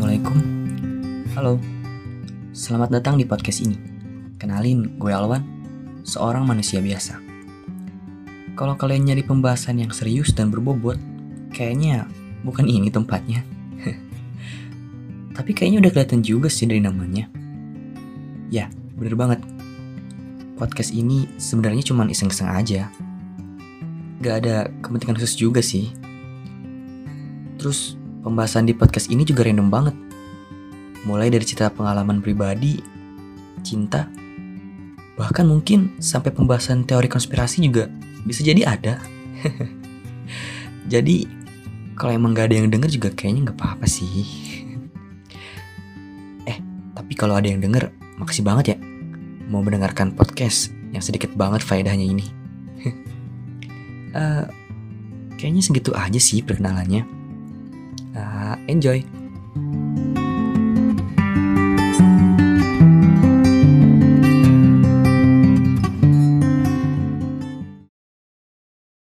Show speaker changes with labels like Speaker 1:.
Speaker 1: Assalamualaikum. Halo, selamat datang di podcast ini. Kenalin, gue Alwan, seorang manusia biasa. Kalau kalian nyari pembahasan yang serius dan berbobot, kayaknya bukan ini tempatnya. Tapi kayaknya udah kelihatan juga sih dari namanya. Ya, bener banget. Podcast ini sebenarnya cuma iseng-iseng aja. Gak ada kepentingan khusus juga sih. Terus pembahasan di podcast ini juga random banget. Mulai dari cerita pengalaman pribadi, cinta, bahkan mungkin sampai pembahasan teori konspirasi juga bisa jadi ada. Jadi kalau emang gak ada yang denger juga kayaknya gak apa-apa sih. Tapi kalau ada yang denger, makasih banget ya mau mendengarkan podcast yang sedikit banget faedahnya ini. Kayaknya segitu aja sih perkenalannya. Enjoy.